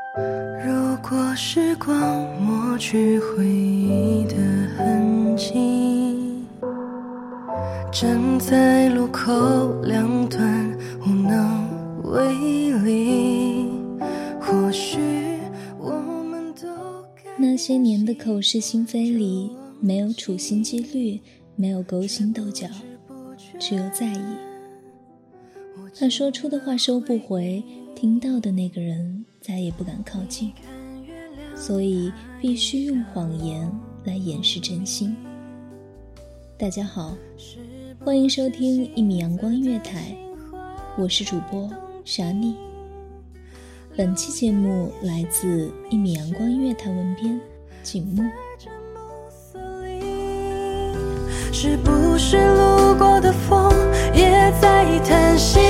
如果时光抹去回忆的痕迹，站在路口两端无能为力，或许我们都那些年的口是心非里，没有处心积虑，没有勾心斗角，只有在意。他说出的话收不回，听到的那个人再也不敢靠近，所以必须用谎言来掩饰真心。大家好，欢迎收听一米阳光音乐台，我是主播傻妮。本期节目来自一米阳光音乐台文编景木。 是不是路过的风也在叹息，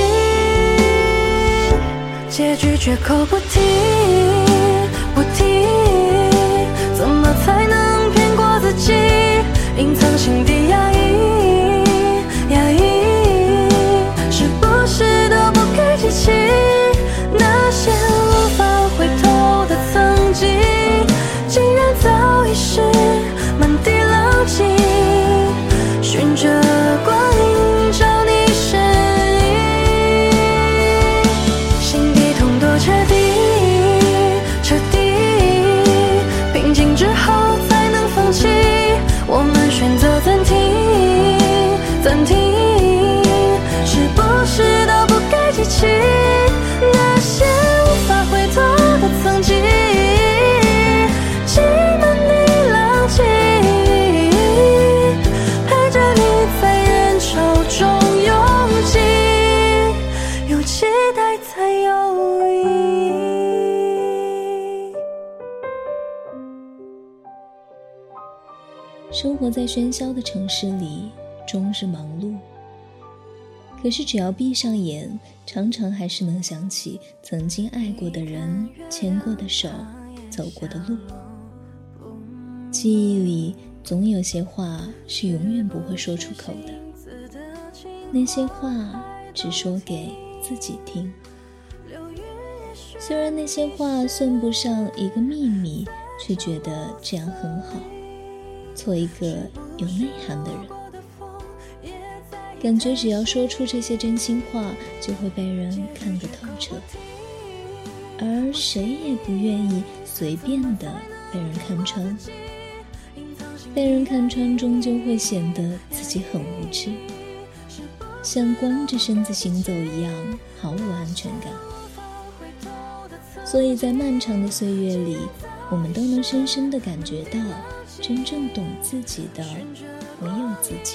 结局绝口不提不提，怎么才能骗过自己，隐藏心底压抑压抑，是不是都不该记起那些无法回头的曾经，竟然早已是满地狼藉，循着光影找你身影，心底痛多彻底彻底，平静之后才能放弃，我们选择暂停暂停，是不是都不该记起那些无法回头的曾经，挤满你狼藉，陪着你在人潮中拥挤，有期待才有意义。 生活在喧嚣的城市里，终日忙碌，可是只要闭上眼，常常还是能想起曾经爱过的人，牵过的手，走过的路。记忆里总有些话是永远不会说出口的，那些话只说给自己听。虽然那些话算不上一个秘密，却觉得这样很好，做一个有内涵的人。感觉只要说出这些真心话，就会被人看个透彻，而谁也不愿意随便的被人看穿。被人看穿终究会显得自己很无知，像光着身子行走一样毫无安全感。所以在漫长的岁月里，我们都能深深地感觉到，真正懂自己的唯有自己。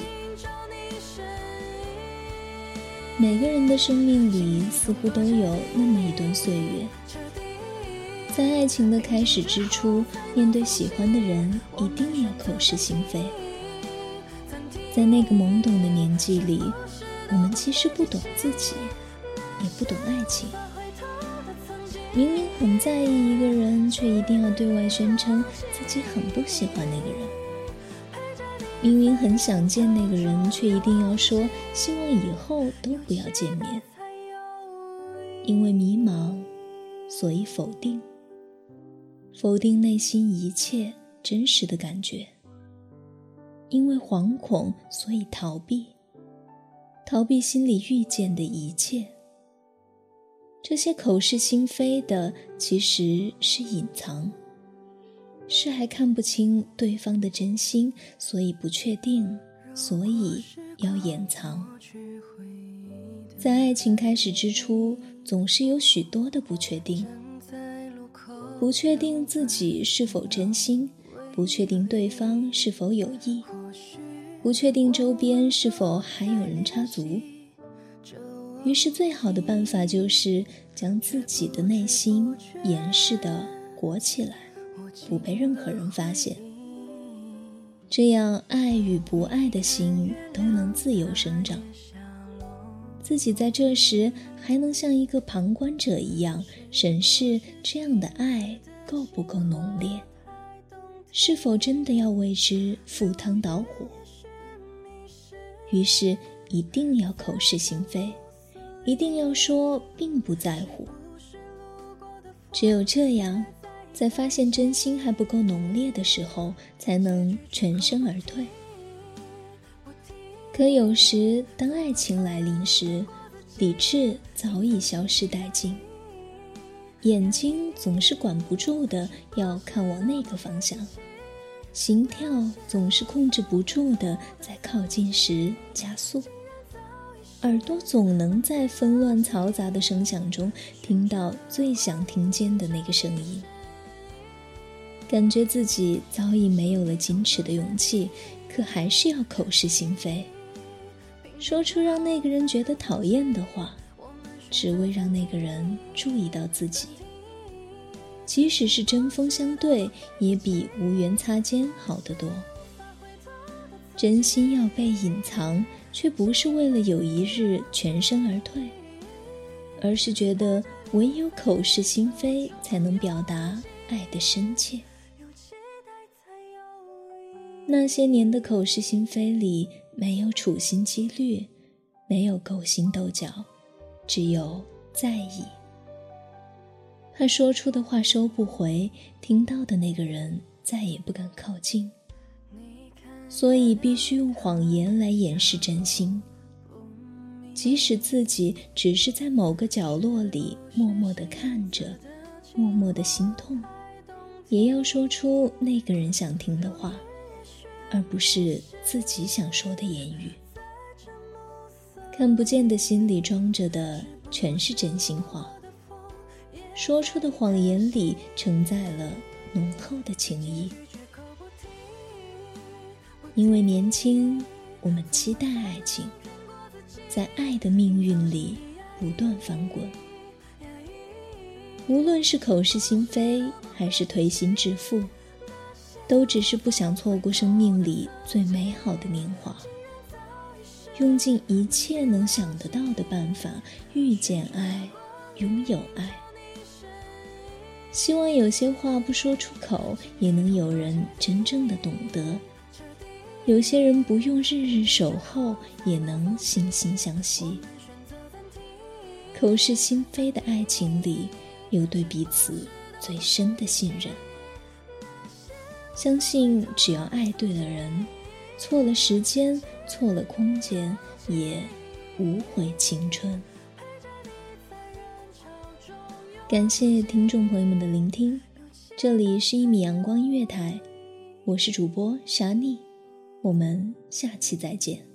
每个人的生命里似乎都有那么一段岁月，在爱情的开始之初，面对喜欢的人一定要口是心非。在那个懵懂的年纪里，我们其实不懂自己，也不懂爱情。明明很在意一个人，却一定要对外宣称自己很不喜欢那个人。明明很想见那个人，却一定要说希望以后都不要见面。因为迷茫，所以否定，否定内心一切真实的感觉。因为惶恐，所以逃避，逃避心里遇见的一切。这些口是心非的，其实是隐藏，是还看不清对方的真心，所以不确定，所以要掩藏。在爱情开始之初，总是有许多的不确定，不确定自己是否真心，不确定对方是否有意，不确定周边是否还有人插足。于是最好的办法就是将自己的内心严实地裹起来，不被任何人发现。这样爱与不爱的心都能自由生长，自己在这时还能像一个旁观者一样审视这样的爱够不够浓烈，是否真的要为之赴汤蹈火。于是一定要口是心非，一定要说并不在乎。 只有这样，在发现真心还不够浓烈的时候，才能全身而退。可有时当爱情来临时，理智早已消失殆尽，眼睛总是管不住的要看往那个方向，心跳总是控制不住的在靠近时加速，耳朵总能在纷乱嘈杂的声响中听到最想听见的那个声音，感觉自己早已没有了矜持的勇气，可还是要口是心非，说出让那个人觉得讨厌的话，只为让那个人注意到自己。即使是针锋相对，也比无缘擦肩好得多。真心要被隐藏，却不是为了有一日全身而退，而是觉得唯有口是心非才能表达爱的深切。那些年的口是心非里，没有处心积虑，没有勾心斗角，只有在意。怕说出的话收不回，听到的那个人再也不敢靠近，所以必须用谎言来掩饰真心。即使自己只是在某个角落里默默地看着，默默地心痛，也要说出那个人想听的话，而不是自己想说的言语。看不见的心里装着的全是真心话，说出的谎言里承载了浓厚的情谊。因为年轻，我们期待爱情，在爱的命运里不断翻滚。无论是口是心非，还是推心置腹，都只是不想错过生命里最美好的年华，用尽一切能想得到的办法遇见爱，拥有爱。希望有些话不说出口，也能有人真正的懂得。有些人不用日日守候，也能惺惺相惜。口是心非的爱情里，有对彼此最深的信任。相信只要爱对了人，错了时间，错了空间，也无悔青春。感谢听众朋友们的聆听，这里是1米阳光音乐台，我是主播莎妮，我们下期再见。